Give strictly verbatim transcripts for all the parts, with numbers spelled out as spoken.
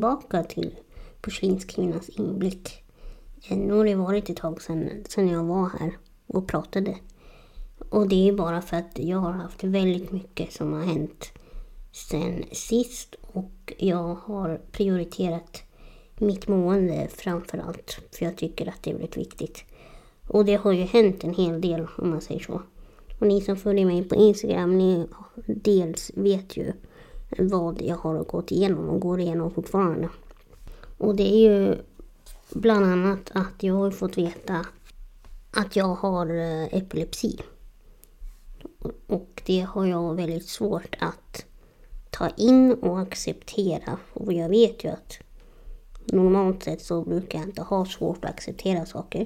tillbaka till Porslinskvinnans inblick. Nu har det varit ett tag sedan, sedan jag var här och pratade. Och det är bara för att jag har haft väldigt mycket som har hänt sen sist. Och jag har prioriterat mitt mående framför allt. För jag tycker att det är väldigt viktigt. Och det har ju hänt en hel del om man säger så. Och ni som följer mig på Instagram, ni dels vet ju vad jag har gått igenom och går igenom fortfarande. Och det är ju bland annat att jag har fått veta att jag har epilepsi. Och det har jag väldigt svårt att ta in och acceptera. Och jag vet ju att normalt sett så brukar jag inte ha svårt att acceptera saker.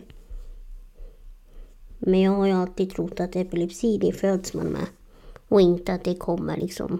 Men jag har ju alltid trott att epilepsi, det föds man med. Och inte att det kommer liksom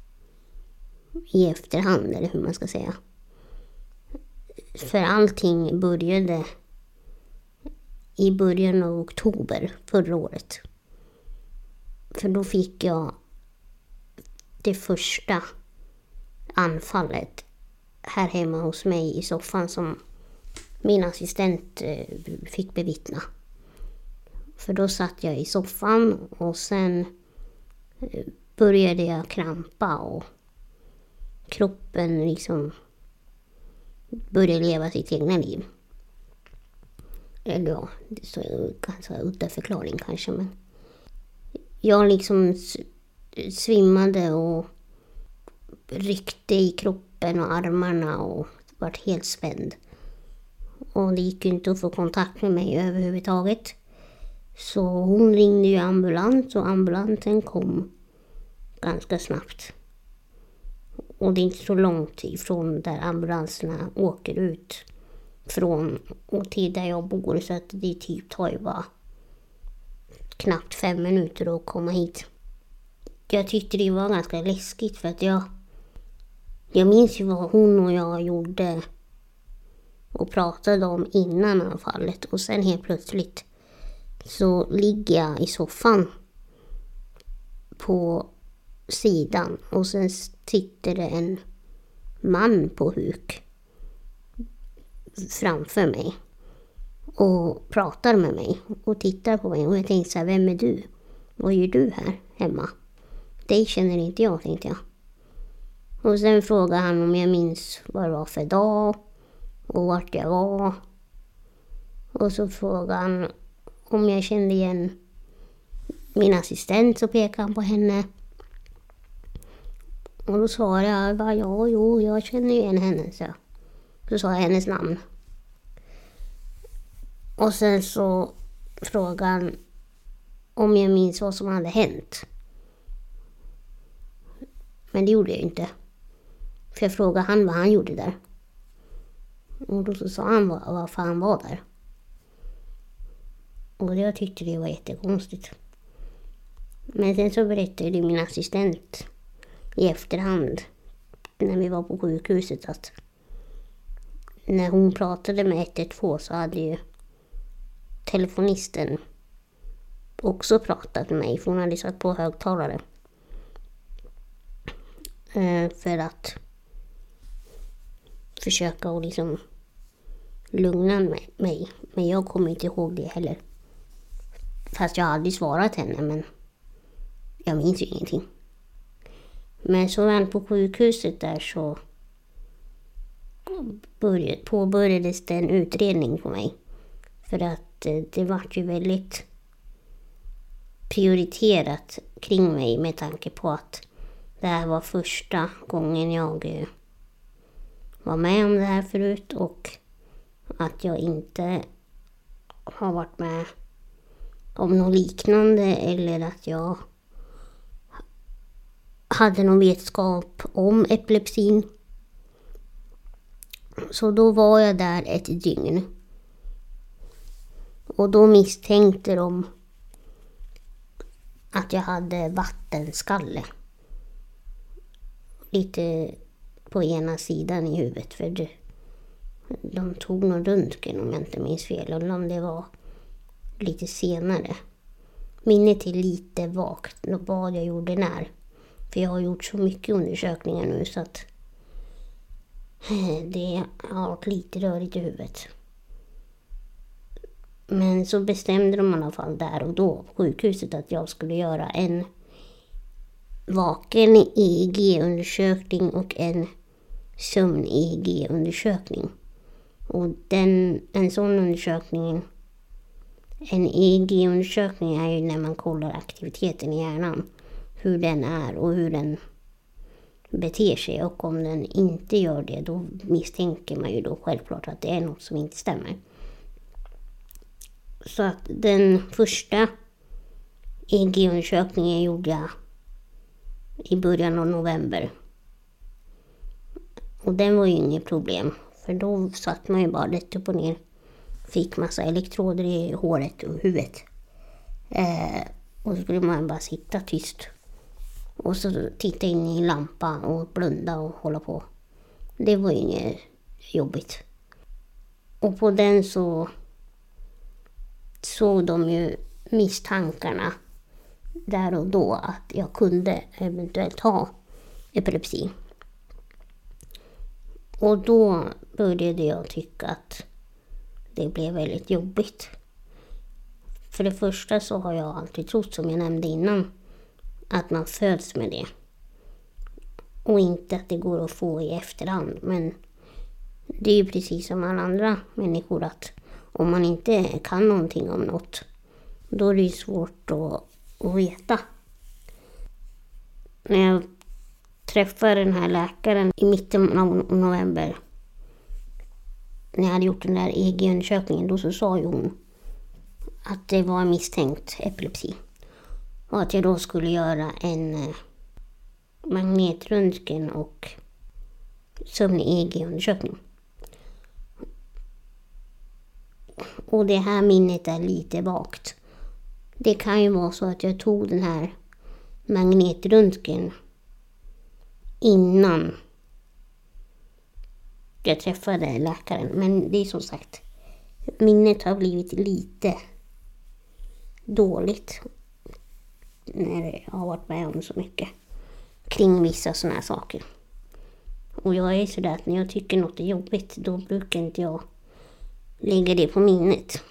i efterhand, eller hur man ska säga. För allting började i början av oktober förra året. För då fick jag det första anfallet här hemma hos mig i soffan som min assistent fick bevittna. För då satt jag i soffan och sen började jag krampa och kroppen liksom började leva sitt egna liv. Eller ja, det är en ganska udda förklaring kanske, men jag liksom svimmade och ryckte i kroppen och armarna och var helt spänd. Och det gick inte att få kontakt med mig överhuvudtaget. Så hon ringde ju ambulans och ambulansen kom ganska snabbt. Och det är inte så långt ifrån där ambulanserna åker ut från och till där jag bor, så att det typ tar ju bara knappt fem minuter att komma hit. Jag tyckte det var ganska läskigt för att jag jag minns ju vad hon och jag gjorde och pratade om innan anfallet, och sen helt plötsligt så ligger jag i soffan på sidan och sen sitter det en man på huk framför mig och pratar med mig och tittar på mig, och jag tänkte så här: vem är du? Vad gör du här hemma? Det känner inte jag, tänkte jag. Och sen frågade han om jag minns vad det var för dag och vart jag var. Och så frågade han om jag kände igen min assistent, så pekade han på henne. Och då svarade jag bara, ja, jo, jag känner igen henne. Så, så sa jag hennes namn. Och sen så frågade han om jag minns vad som hade hänt. Men det gjorde jag inte. För jag frågade han vad han gjorde där. Och då så sa han vad, varför han var där. Och jag tyckte det var jättekonstigt. Men sen så berättade min assistent i efterhand när vi var på sjukhuset att när hon pratade med ett ett två så hade ju telefonisten också pratat med mig, för hon hade satt på högtalare. Eh, för att försöka att liksom lugna mig. Men jag kommer inte ihåg det heller. Fast jag hade svarat henne, men jag minns ju ingenting. Men så väl på sjukhuset där så började, påbörjades det en utredning på mig. För att det var ju väldigt prioriterat kring mig med tanke på att det här var första gången jag var med om det här förut, och att jag inte har varit med om något liknande, eller att jag hade någon vetskap om epilepsin. Så då var jag där ett dygn. Och då misstänkte de att jag hade vattenskalle. Lite på ena sidan i huvudet. För det, de tog någon röntgen om jag inte minns fel. Eller om det var lite senare. Minnet är lite vagt vad jag gjorde när. För jag har gjort så mycket undersökningar nu så att Det har varit lite rörigt i huvudet. Men så bestämde de i alla fall där och då på sjukhuset att jag skulle göra en vaken E E G-undersökning och en sömn-E E G-undersökning. Och den, en sån undersökning, en E E G-undersökning är ju när man kollar aktiviteten i hjärnan. Hur den är och hur den beter sig. Och om den inte gör det, då misstänker man ju då självklart att det är något som inte stämmer. Så att den första E E G-undersökningen gjorde jag i början av november. Och den var ju inget problem. För då satt man ju bara rätt upp och ner. Fick massa elektroder i håret och huvudet. Eh, och så skulle man bara sitta tyst. Och så titta in i en lampa och blunda och hålla på. Det var ju inget jobbigt. Och på den så såg de ju misstankarna där och då att jag kunde eventuellt ha epilepsi. Och då började jag tycka att det blev väldigt jobbigt. För det första så har jag alltid trott, som jag nämnde innan, att man föds med det. Och inte att det går att få i efterhand. Men det är ju precis som alla andra människor att om man inte kan någonting om något, då är det ju svårt att, att veta. När jag träffade den här läkaren i mitten av november, när jag hade gjort den där E E G-undersökningen, då så sa ju hon att det var misstänkt epilepsi. Och att jag då skulle göra en magnetröntgen och sömn-E E G-undersökning. Och det här minnet är lite vagt. Det kan ju vara så att jag tog den här magnetröntgen innan jag träffade läkaren. Men det är som sagt, minnet har blivit lite dåligt när jag har varit med om så mycket kring vissa sådana här saker. Och jag är sådär att när jag tycker något är jobbigt, då brukar inte jag lägga det på minnet.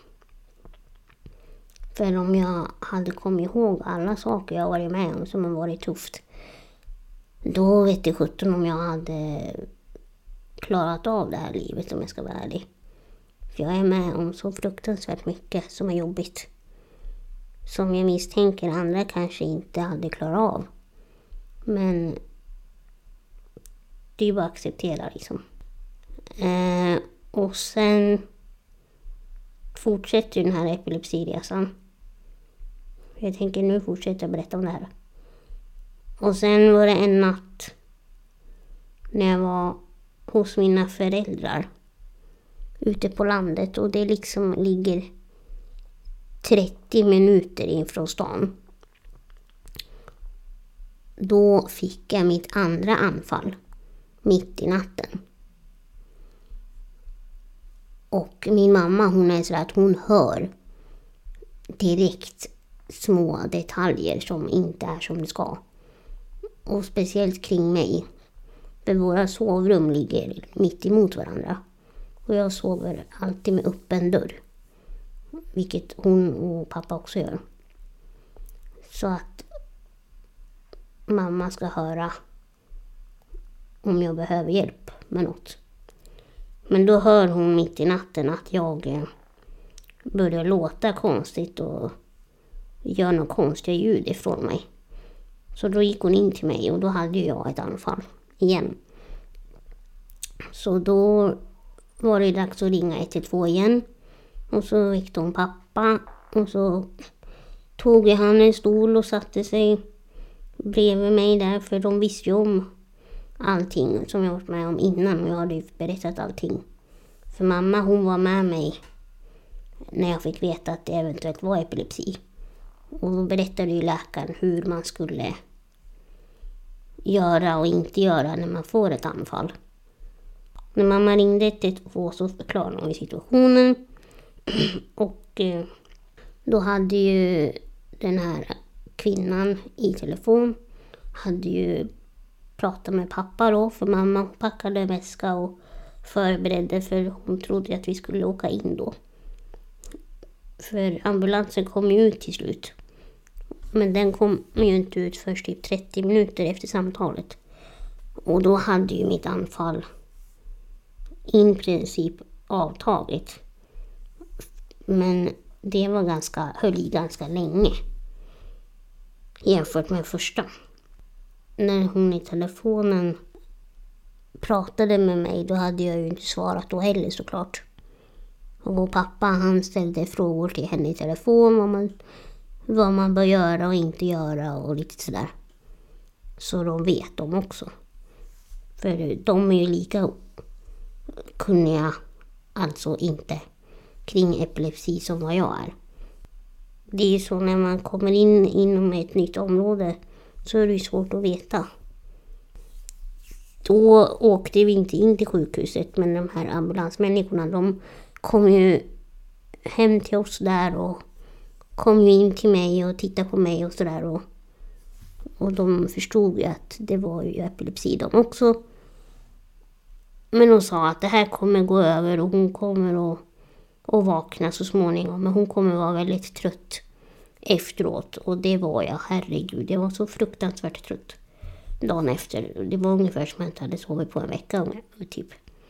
För om jag hade kommit ihåg alla saker jag varit med om som har varit tufft, då vet jag sjutton om jag hade klarat av det här livet, om jag ska vara ärlig. För jag är med om så fruktansvärt mycket som är jobbigt, som jag misstänker andra kanske inte hade klarat av. Men det är bara att acceptera liksom. Eh, och sen fortsätter den här epilepsiresan. Jag tänker nu fortsätta berätta om det här. Och sen var det en natt när jag var hos mina föräldrar ute på landet. Och det liksom ligger trettio minuter infrån stan. Då fick jag mitt andra anfall mitt i natten. Och min mamma, hon är så att hon hör direkt små detaljer som inte är som det ska. Och speciellt kring mig. För våra sovrum ligger mitt emot varandra. Och jag sover alltid med öppen dörr. Vilket hon och pappa också gör. Så att mamma ska höra om jag behöver hjälp med något. Men då hör hon mitt i natten att jag börjar låta konstigt och gör något konstiga ljud ifrån mig. Så då gick hon in till mig och då hade jag ett anfall igen. Så då var det dags att ringa ett ett två igen. Och så gick de pappa och så tog han en stol och satte sig bredvid mig där, för de visste ju om allting som jag varit med om innan och jag hade ju berättat allting. För mamma, hon var med mig när jag fick veta att det eventuellt var epilepsi. Och då berättade ju läkaren hur man skulle göra och inte göra när man får ett anfall. När mamma ringde ett ett två så förklarade hon situationen. Och då hade ju den här kvinnan i telefon hade ju pratat med pappa då, för mamma packade väska och förberedda, för hon trodde att vi skulle åka in då. För ambulansen kom ju ut till slut. Men den kom ju inte ut först typ trettio minuter efter samtalet. Och då hade ju mitt anfall i princip avtagit. Men det var ganska, höll i ganska länge jämfört med första. När hon i telefonen pratade med mig, då hade jag ju inte svarat då heller såklart. Och vår pappa, han ställde frågor till henne i telefon, vad man, vad man bör göra och inte göra och lite sådär. Så de vet de också. För de är ju lika kunniga, alltså inte kring epilepsi som vad jag är. Det är ju så när man kommer in inom ett nytt område så är det ju svårt att veta. Då åkte vi inte in till sjukhuset, men de här ambulansmänniskorna, de kom ju hem till oss där och kom ju in till mig och tittade på mig och sådär. Och, och de förstod ju att det var ju epilepsi de också. Men de sa att det här kommer gå över och hon kommer att, att vakna så småningom. Men hon kommer vara väldigt trött efteråt. Och det var jag, herregud, jag var så fruktansvärt trött dagen efter. Det var ungefär som att jag inte hade sovit på en vecka typ.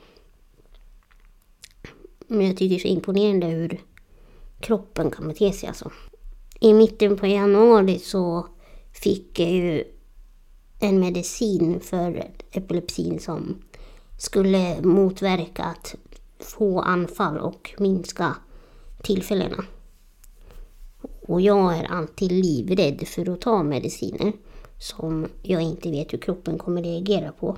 Men jag tycker det är så imponerande hur kroppen kan bete sig alltså. I mitten på januari så fick jag ju en medicin för epilepsin som skulle motverka att få anfall och minska tillfällena. Och jag är alltid livrädd för att ta mediciner som jag inte vet hur kroppen kommer reagera på.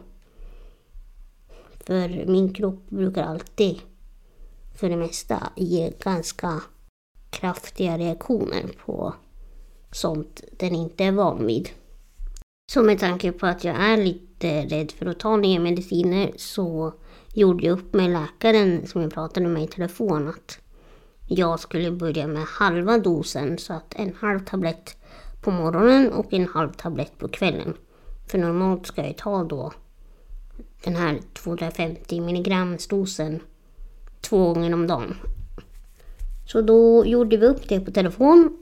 För min kropp brukar alltid för det mesta ge ganska kraftiga reaktioner på sånt den inte är van vid. Så med tanke på att jag är lite rädd för att ta nya mediciner så gjorde jag upp med läkaren som jag pratade med i telefon att jag skulle börja med halva dosen, så att en halv tablett på morgonen och en halv tablett på kvällen. För normalt ska jag ta då den här tvåhundrafemtio milligram dosen två gånger om dagen. Så då gjorde vi upp det på telefon.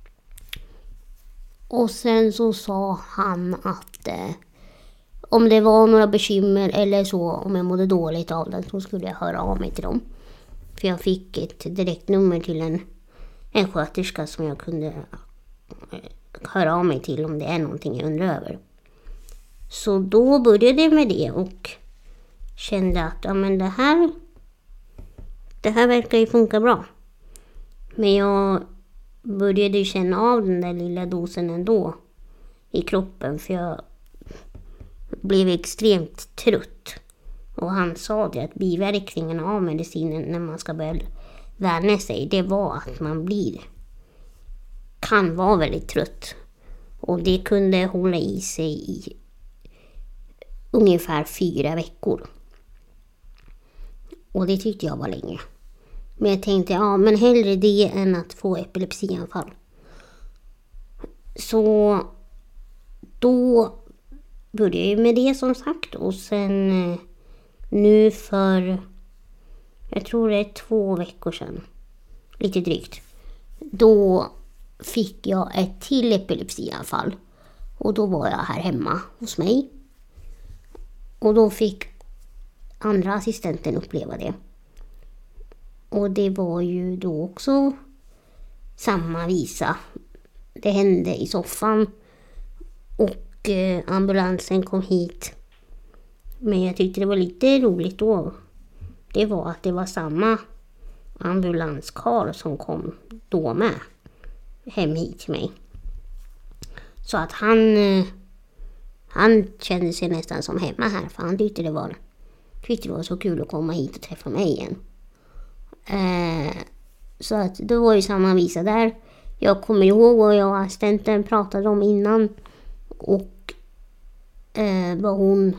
Och sen så sa han att eh, om det var några bekymmer eller så, om jag mådde dåligt av den, så skulle jag höra av mig till dem. För jag fick ett direktnummer till en, en sköterska som jag kunde eh, höra av mig till om det är någonting jag undrar över. Så då började jag med det och kände att ja, men det här det här verkar ju funka bra. Men jag började ju känna av den där lilla dosen ändå i kroppen, för jag blev extremt trött. Och han sa det att biverkningarna av medicinen när man ska börja vänja sig, det var att man blir kan vara väldigt trött. Och det kunde hålla i sig i ungefär fyra veckor. Och det tyckte jag var länge. Men jag tänkte, ja men hellre det än att få epilepsianfall. Så då började jag med det som sagt. Och sen nu för, jag tror det är två veckor sedan, lite drygt, då fick jag ett till epilepsianfall. Och då var jag här hemma hos mig. Och då fick andra assistenten uppleva det. Och det var ju då också samma visa. Det hände i soffan och eh, ambulansen kom hit. Men jag tyckte det var lite roligt då. Det var att det var samma ambulanskar som kom då med hem hit till mig. Så att han, eh, han kände sig nästan som hemma här, för han tyckte det var, tyckte det var så kul att komma hit och träffa mig igen. Eh, så att det var ju samma visa där. Jag kommer ihåg vad jag och assistenten pratade om innan och eh, vad hon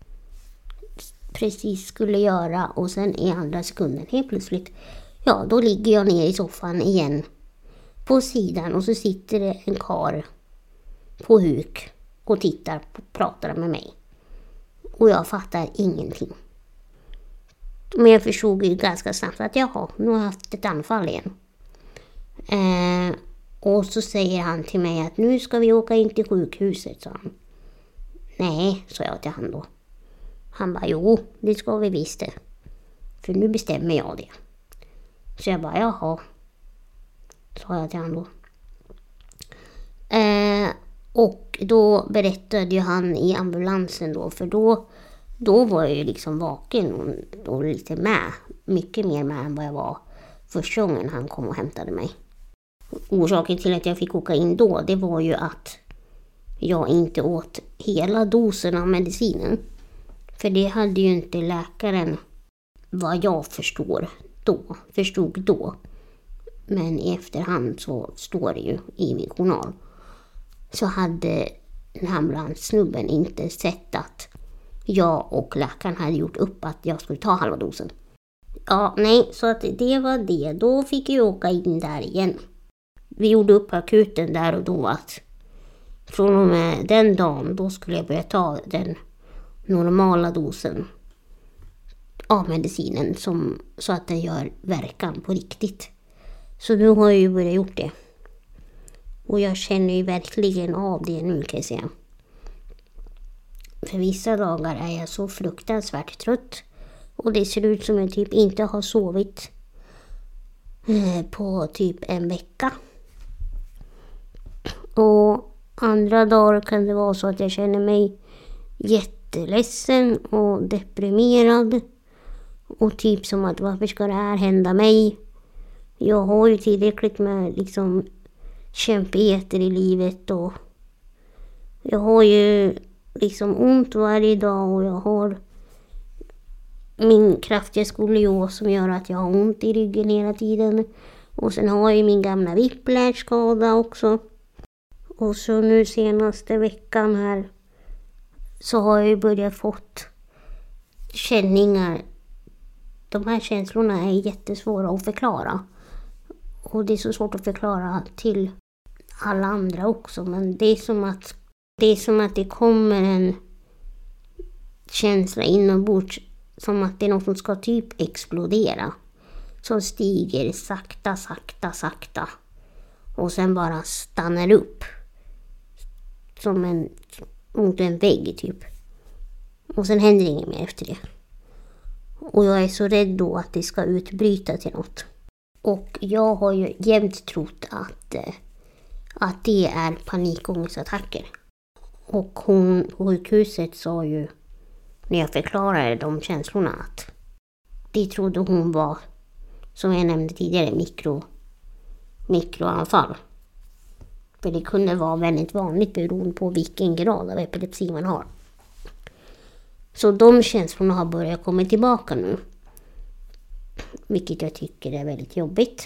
precis skulle göra, och sen i andra sekunden helt plötsligt, ja då ligger jag ner i soffan igen på sidan och så sitter det en kar på huk och tittar och pratar med mig. Och jag fattar ingenting. Men jag förstod ju ganska snabbt att jaha, nu har jag haft ett anfall igen. Eh, och så säger han till mig att nu ska vi åka in till sjukhuset, sa han. Nej, sa jag till han då. Han bara, jo, det ska vi visst det. För nu bestämmer jag det. Så jag bara, jaha, sa jag till han då. Eh, och då berättade ju han i ambulansen då, för då, då var jag ju liksom vaken och, och lite med. Mycket mer med än vad jag var första gången han kom och hämtade mig. Orsaken till att jag fick åka in då, det var ju att jag inte åt hela dosen av medicinen. För det hade ju inte läkaren, vad jag förstår då, förstod då. Men i efterhand så står det ju i min journal. Så hade den här ambulanssnubben inte sett att jag och läkaren hade gjort upp att jag skulle ta halva dosen. Ja, nej, så att det var det. Då fick jag åka in där igen. Vi gjorde upp akuten där och då att från och med den dagen då skulle jag börja ta den normala dosen av medicinen som, så att den gör verkan på riktigt. Så nu har jag ju börjat gjort det. Och jag känner ju verkligen av det nu, kan jag säga. För vissa dagar är jag så fruktansvärt trött. Och det ser ut som jag typ inte har sovit eh, på typ en vecka. Och andra dagar kan det vara så att jag känner mig jätteledsen och deprimerad. Och typ som att varför ska det här hända mig? Jag har ju tillräckligt med liksom kämpigheter i livet och jag har ju liksom ont varje dag och jag har min kraftiga skolios som gör att jag har ont i ryggen hela tiden. Och sen har jag min gamla whiplash-skada också. Och så nu senaste veckan här så har jag ju börjat fått känningar. De här känslorna är jättesvåra att förklara. Och det är så svårt att förklara till alla andra också. Men det är som att det, är som att det kommer en känsla inombords. Som att det är något som ska typ explodera. Som stiger sakta, sakta, sakta. Och sen bara stannar upp. Som en, mot en vägg typ. Och sen händer inget mer efter det. Och jag är så rädd då att det ska utbryta till något. Och jag har ju jämt trott att, att det är panikångestattacker. Och hon på sjukhuset sa ju, när jag förklarade de känslorna, att det trodde hon var, som jag nämnde tidigare, mikro, mikroanfall. För det kunde vara väldigt vanligt beroende på vilken grad av epilepsi man har. Så de känslorna har börjat komma tillbaka nu. Vilket jag tycker är väldigt jobbigt.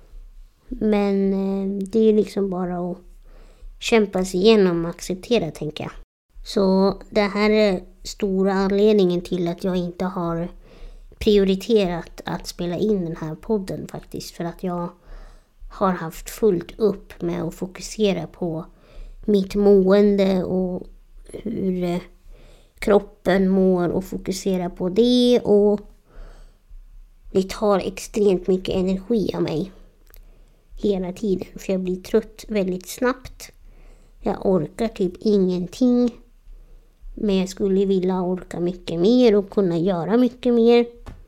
Men eh, det är liksom bara att kämpa sig igenom och acceptera, tänker jag. Så det här är stora anledningen till att jag inte har prioriterat att spela in den här podden faktiskt. För att jag har haft fullt upp med att fokusera på mitt mående och hur eh, kroppen mår och fokusera på det. Och det tar extremt mycket energi av mig hela tiden. För jag blir trött väldigt snabbt. Jag orkar typ ingenting. Men jag skulle vilja orka mycket mer och kunna göra mycket mer.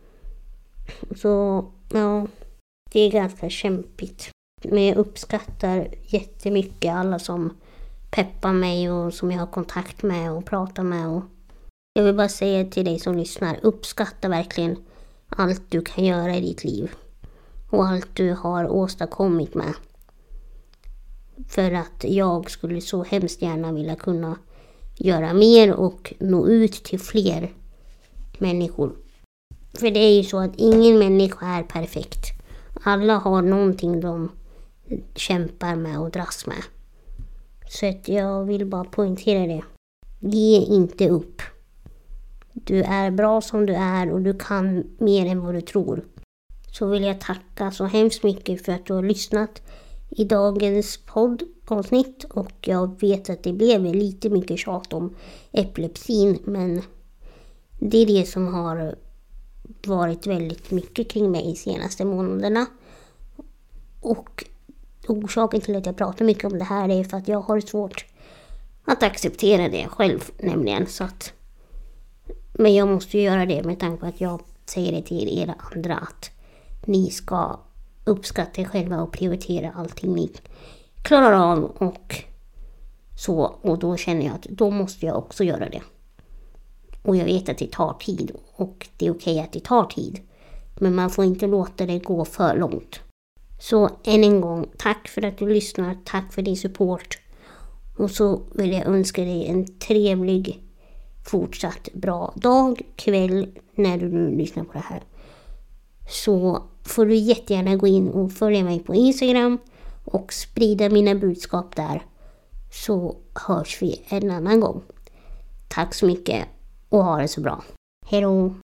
Så ja, det är ganska kämpigt. Men jag uppskattar jättemycket alla som peppar mig och som jag har kontakt med och pratar med. Och jag vill bara säga till dig som lyssnar, uppskatta verkligen allt du kan göra i ditt liv. Och allt du har åstadkommit med. För att jag skulle så hemskt gärna vilja kunna göra mer och nå ut till fler människor. För det är ju så att ingen människa är perfekt. Alla har någonting de kämpar med och dras med. Så att jag vill bara poängtera det. Ge inte upp. Du är bra som du är och du kan mer än vad du tror. Så vill jag tacka så hemskt mycket för att du har lyssnat i dagens poddavsnitt. Och jag vet att det blev lite mycket tjat om epilepsin. Men det är det som har varit väldigt mycket kring mig de senaste månaderna. Och orsaken till att jag pratar mycket om det här är för att jag har svårt att acceptera det själv nämligen. Så att, men jag måste ju göra det med tanke på att jag säger det till er andra att ni ska uppskatta er själva och prioritera allting ni klarar av och så. Och då känner jag att då måste jag också göra det. Och jag vet att det tar tid och det är okej att det tar tid. Men man får inte låta det gå för långt. Så än en gång, tack för att du lyssnar. Tack för din support. Och så vill jag önska dig en trevlig, fortsatt bra dag, kväll när du nu lyssnar på det här. Så får du jättegärna gå in och följa mig på Instagram och sprida mina budskap där. Så hörs vi en annan gång. Tack så mycket och ha det så bra. Hej då!